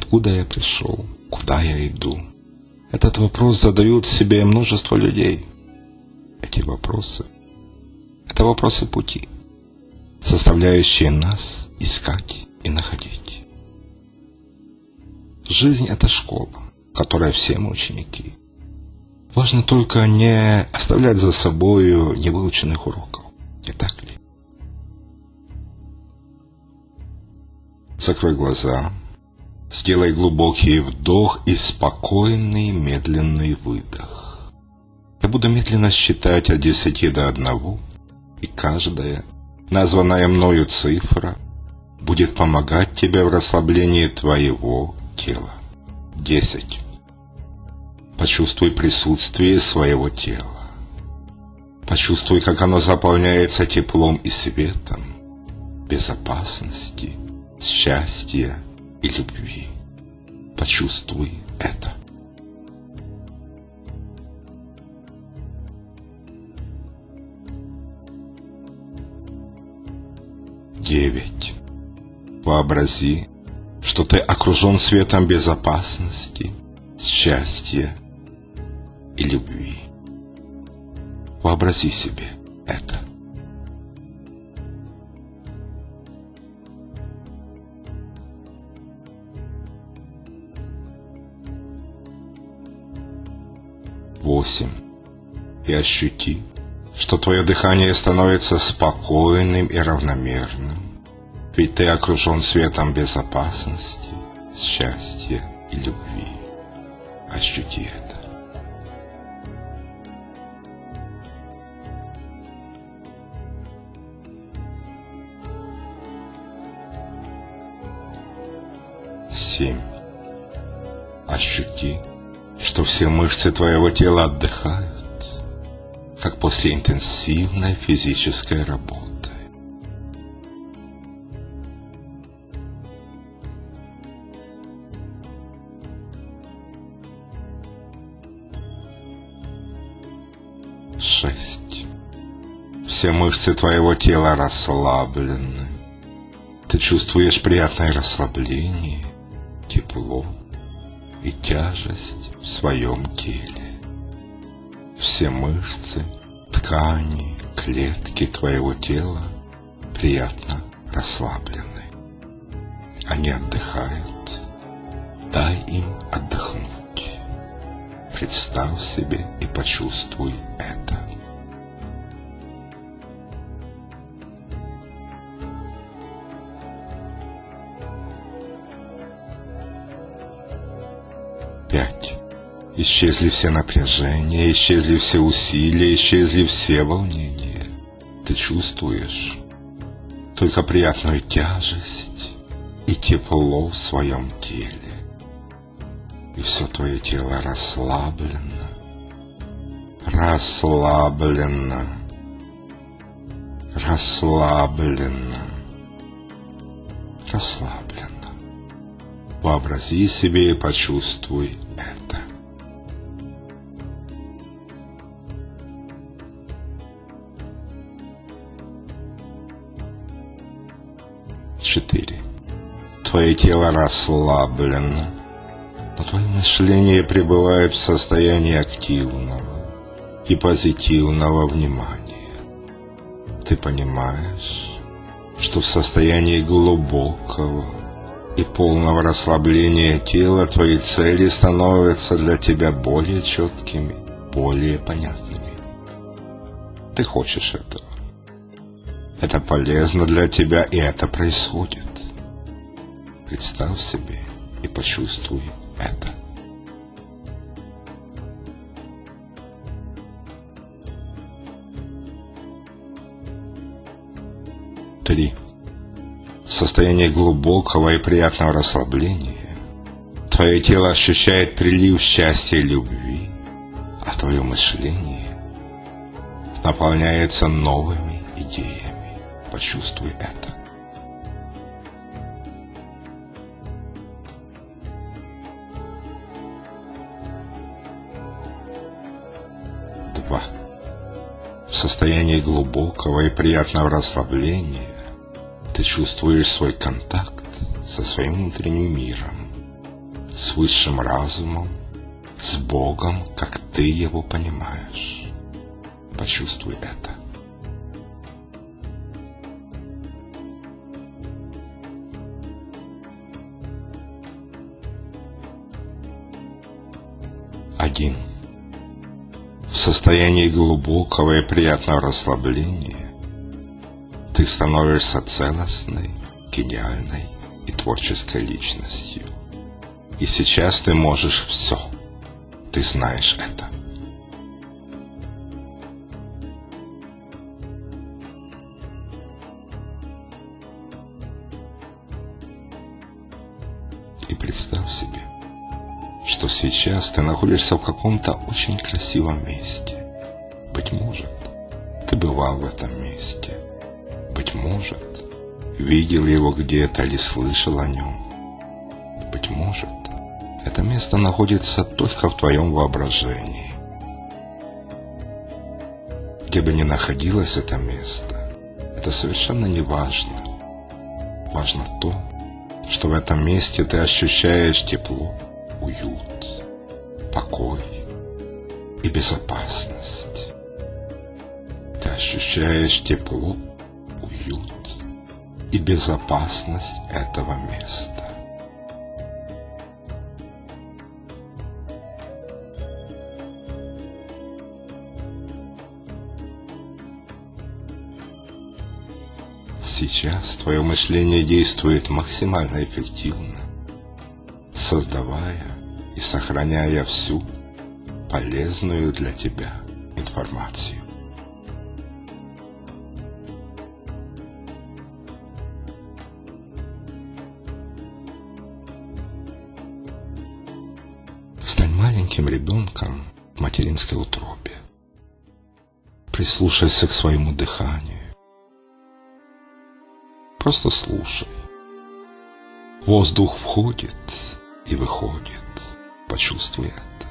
Откуда я пришел? Куда я иду? Этот вопрос задают себе множество людей. Эти вопросы — это вопросы пути, составляющие нас искать и находить. Жизнь — это школа, в которой все мы ученики. Важно только не оставлять за собою невыученных уроков, не так ли? Закрой глаза, сделай глубокий вдох и спокойный медленный выдох. Я буду медленно считать от 10 до 1, и каждая названная мною цифра будет помогать тебе в расслаблении твоего тела. 10. Почувствуй присутствие своего тела. Почувствуй, как оно заполняется теплом и светом, безопасности, счастья и любви. Почувствуй это. 9. Вообрази, что ты окружен светом безопасности, счастья и любви. Вообрази себе это. 8. И ощути, что твое дыхание становится спокойным и равномерным, ведь ты окружен светом безопасности, счастья и любви. Ощути это. 7. Ощути, что все мышцы твоего тела отдыхают, как после интенсивной физической работы. 6. Все мышцы твоего тела расслаблены. Ты чувствуешь приятное расслабление, тепло и тяжесть в своем теле. Все мышцы, ткани, клетки твоего тела приятно расслаблены. Они отдыхают. Дай им отдохнуть. Представь себе и почувствуй это. 5. Исчезли все напряжения, исчезли все усилия, исчезли все волнения. Ты чувствуешь только приятную тяжесть и тепло в своем теле. И все твое тело расслаблено, расслаблено, расслаблено, расслаблено. Вообрази себе и почувствуй это. 4. Твое тело расслаблено, но твое мышление пребывает в состоянии активного и позитивного внимания. Ты понимаешь, что в состоянии глубокого и полного расслабления тела твои цели становятся для тебя более четкими, более понятными. Ты хочешь этого. Это полезно для тебя, и это происходит. Представь себе и почувствуй это. 3. В состоянии глубокого и приятного расслабления твое тело ощущает прилив счастья и любви, а твое мышление наполняется новыми идеями. Почувствуй это. 2. В состоянии глубокого и приятного расслабления ты чувствуешь свой контакт со своим внутренним миром, с высшим разумом, с Богом, как ты его понимаешь. Почувствуй это. Один. В состоянии глубокого и приятного расслабления ты становишься целостной, гениальной и творческой личностью. И сейчас ты можешь все. Ты знаешь это. И представь себе, что сейчас ты находишься в каком-то очень красивом месте. Быть может, ты бывал в этом месте. Быть может, видел его где-то или слышал о нем. Быть может, это место находится только в твоем воображении. Где бы ни находилось это место, это совершенно не важно. Важно то, что в этом месте ты ощущаешь тепло, уют, покой и безопасность. Ты ощущаешь тепло, уют и безопасность этого места. Сейчас твое мышление действует максимально эффективно, создавая и сохраняя всю полезную для тебя информацию. Стань маленьким ребенком в материнской утробе. Прислушайся к своему дыханию. Просто слушай. Воздух входит и выходит. Почувствуй это.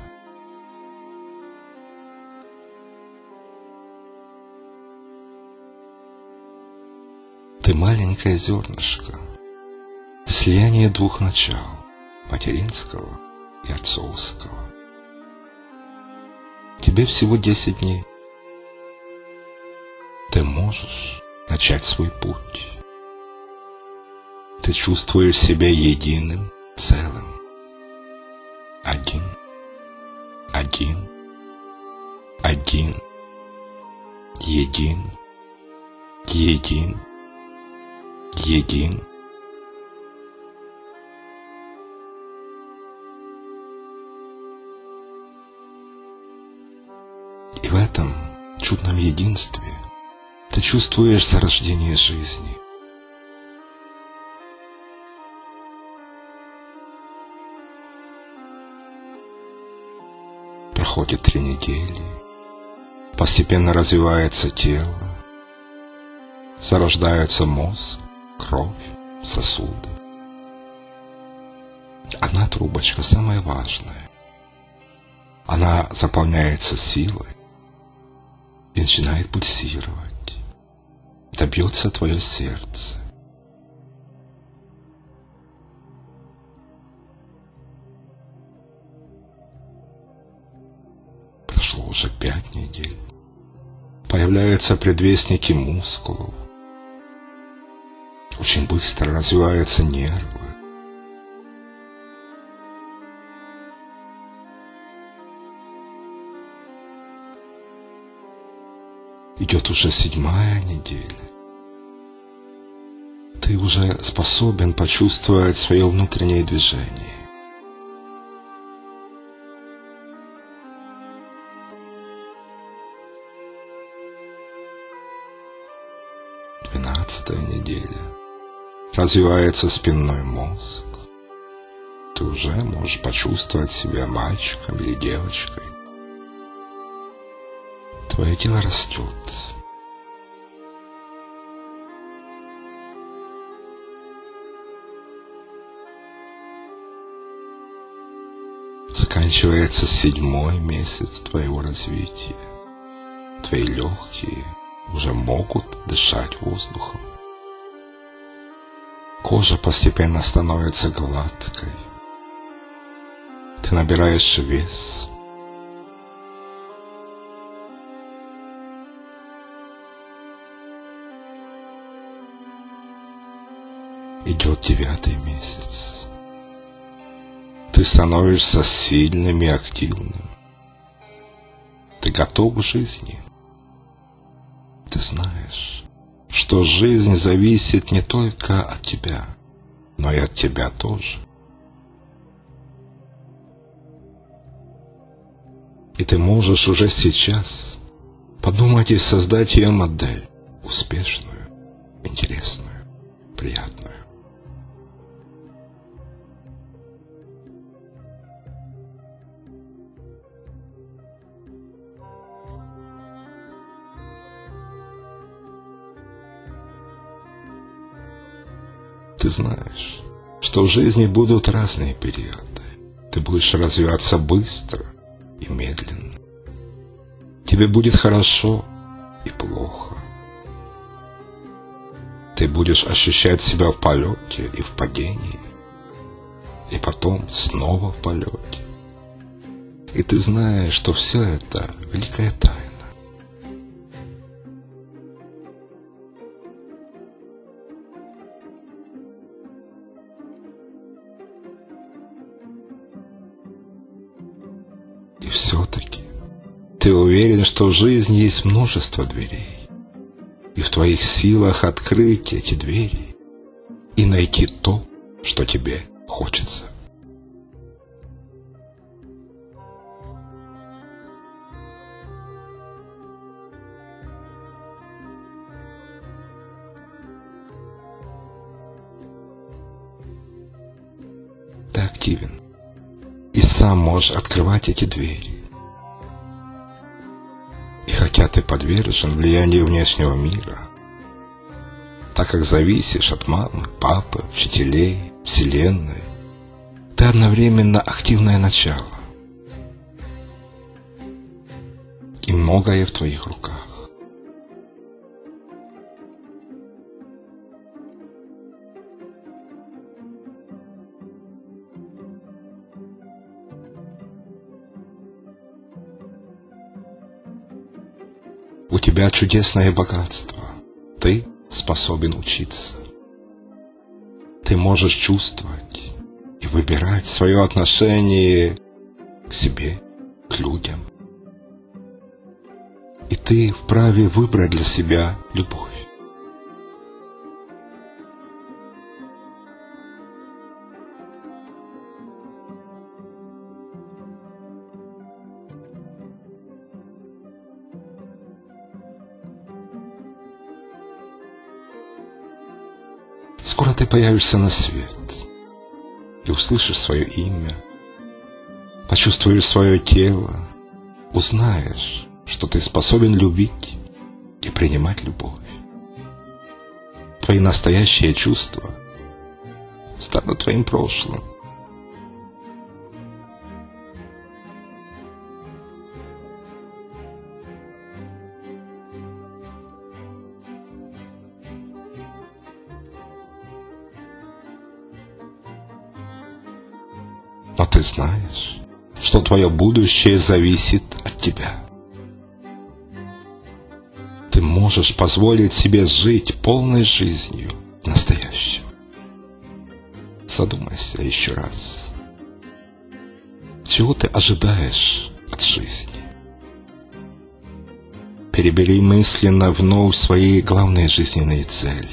Ты маленькое зернышко. Слияние двух начал. Материнского и отцовского. Тебе всего 10 дней. Ты можешь начать свой путь. Ты чувствуешь себя единым целым. Один. Един. И в этом чудном единстве ты чувствуешь зарождение жизни. Проходит 3 недели, постепенно развивается тело, зарождается мозг, кровь, сосуды. Одна трубочка самая важная. Она заполняется силой и начинает пульсировать. Это бьется твое сердце. Прошло уже 5 недель. Появляются предвестники мускулов. Очень быстро развиваются нервы. Идет уже 7-я неделя. Ты уже способен почувствовать свое внутреннее движение. Неделя. Развивается спинной мозг. Ты уже можешь почувствовать себя мальчиком или девочкой. Твое тело растет. Заканчивается 7-й месяц твоего развития. Твои легкие уже могут дышать воздухом. Кожа постепенно становится гладкой. ты набираешь вес. Идет 9-й месяц. Ты становишься сильным и активным. Ты готов к жизни. Ты знаешь, что жизнь зависит не только от тебя, но и от тебя тоже. И ты можешь уже сейчас подумать и создать ее модель, успешную, интересную, приятную. Ты знаешь, что в жизни будут разные периоды. Ты будешь развиваться быстро и медленно. Тебе будет хорошо и плохо. Ты будешь ощущать себя в полете и в падении, и потом снова в полете. И ты знаешь, что все это великая тайна. И все-таки ты уверен, что в жизни есть множество дверей, и в твоих силах открыть эти двери и найти то, что тебе хочется. Ты активен и сам можешь открывать эти двери. И хотя ты подвержен влиянию внешнего мира, так как зависишь от мамы, папы, учителей, вселенной, ты одновременно активное начало. И многое в твоих руках. У тебя чудесное богатство. Ты способен учиться. Ты можешь чувствовать и выбирать свое отношение к себе, к людям. И ты вправе выбрать для себя любовь. Скоро ты появишься на свет и услышишь свое имя, почувствуешь свое тело, узнаешь, что ты способен любить и принимать любовь. Твои настоящие чувства станут твоим прошлым. Но ты знаешь, что твое будущее зависит от тебя. Ты можешь позволить себе жить полной жизнью настоящим. Задумайся еще раз. Чего ты ожидаешь от жизни? Перебери мысленно вновь свои главные жизненные цели.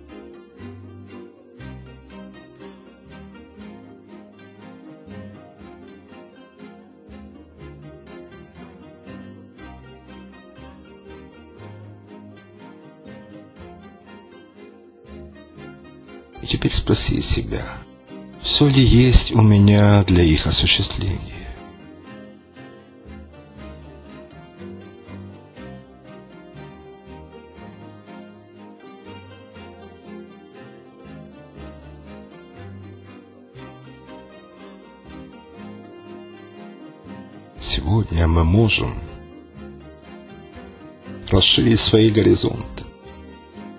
И теперь спроси себя, все ли есть у меня для их осуществления? Сегодня мы можем расширить свои горизонты,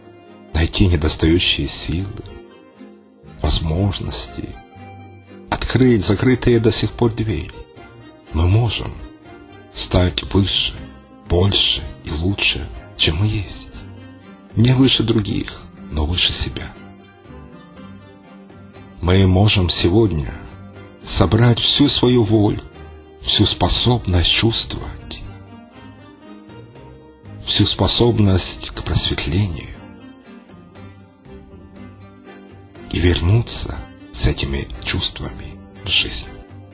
найти недостающие силы, возможности, открыть открыть закрытые до сих пор двери. Мы можем стать выше, больше и лучше, чем мы есть. Не выше других, но выше себя. Мы можем сегодня собрать всю свою волю, всю способность чувствовать, всю способность к просветлению и вернуться с этими чувствами в жизнь.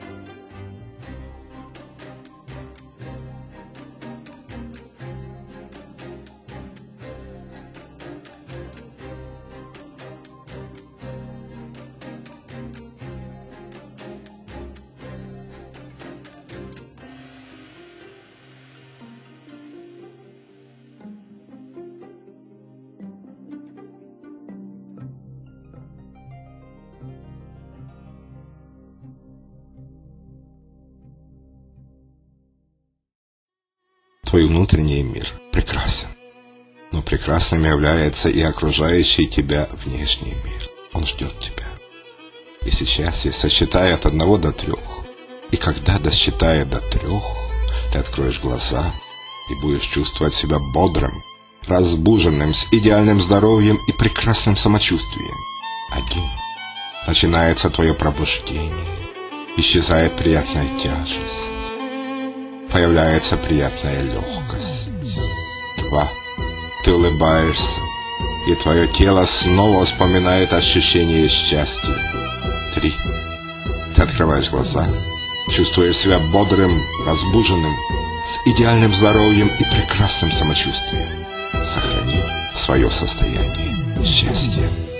Твой внутренний мир прекрасен, но прекрасным является и окружающий тебя внешний мир. Он ждет тебя. И сейчас я сосчитаю от 1 до 3. И когда досчитаю до 3, ты откроешь глаза и будешь чувствовать себя бодрым, разбуженным, с идеальным здоровьем и прекрасным самочувствием. 1. Начинается твое пробуждение. Исчезает приятная тяжесть. Появляется приятная легкость. 2. Ты улыбаешься, и твое тело снова вспоминает ощущение счастья. 3. Ты открываешь глаза, чувствуешь себя бодрым, разбуженным, с идеальным здоровьем и прекрасным самочувствием. Сохрани свое состояние счастья.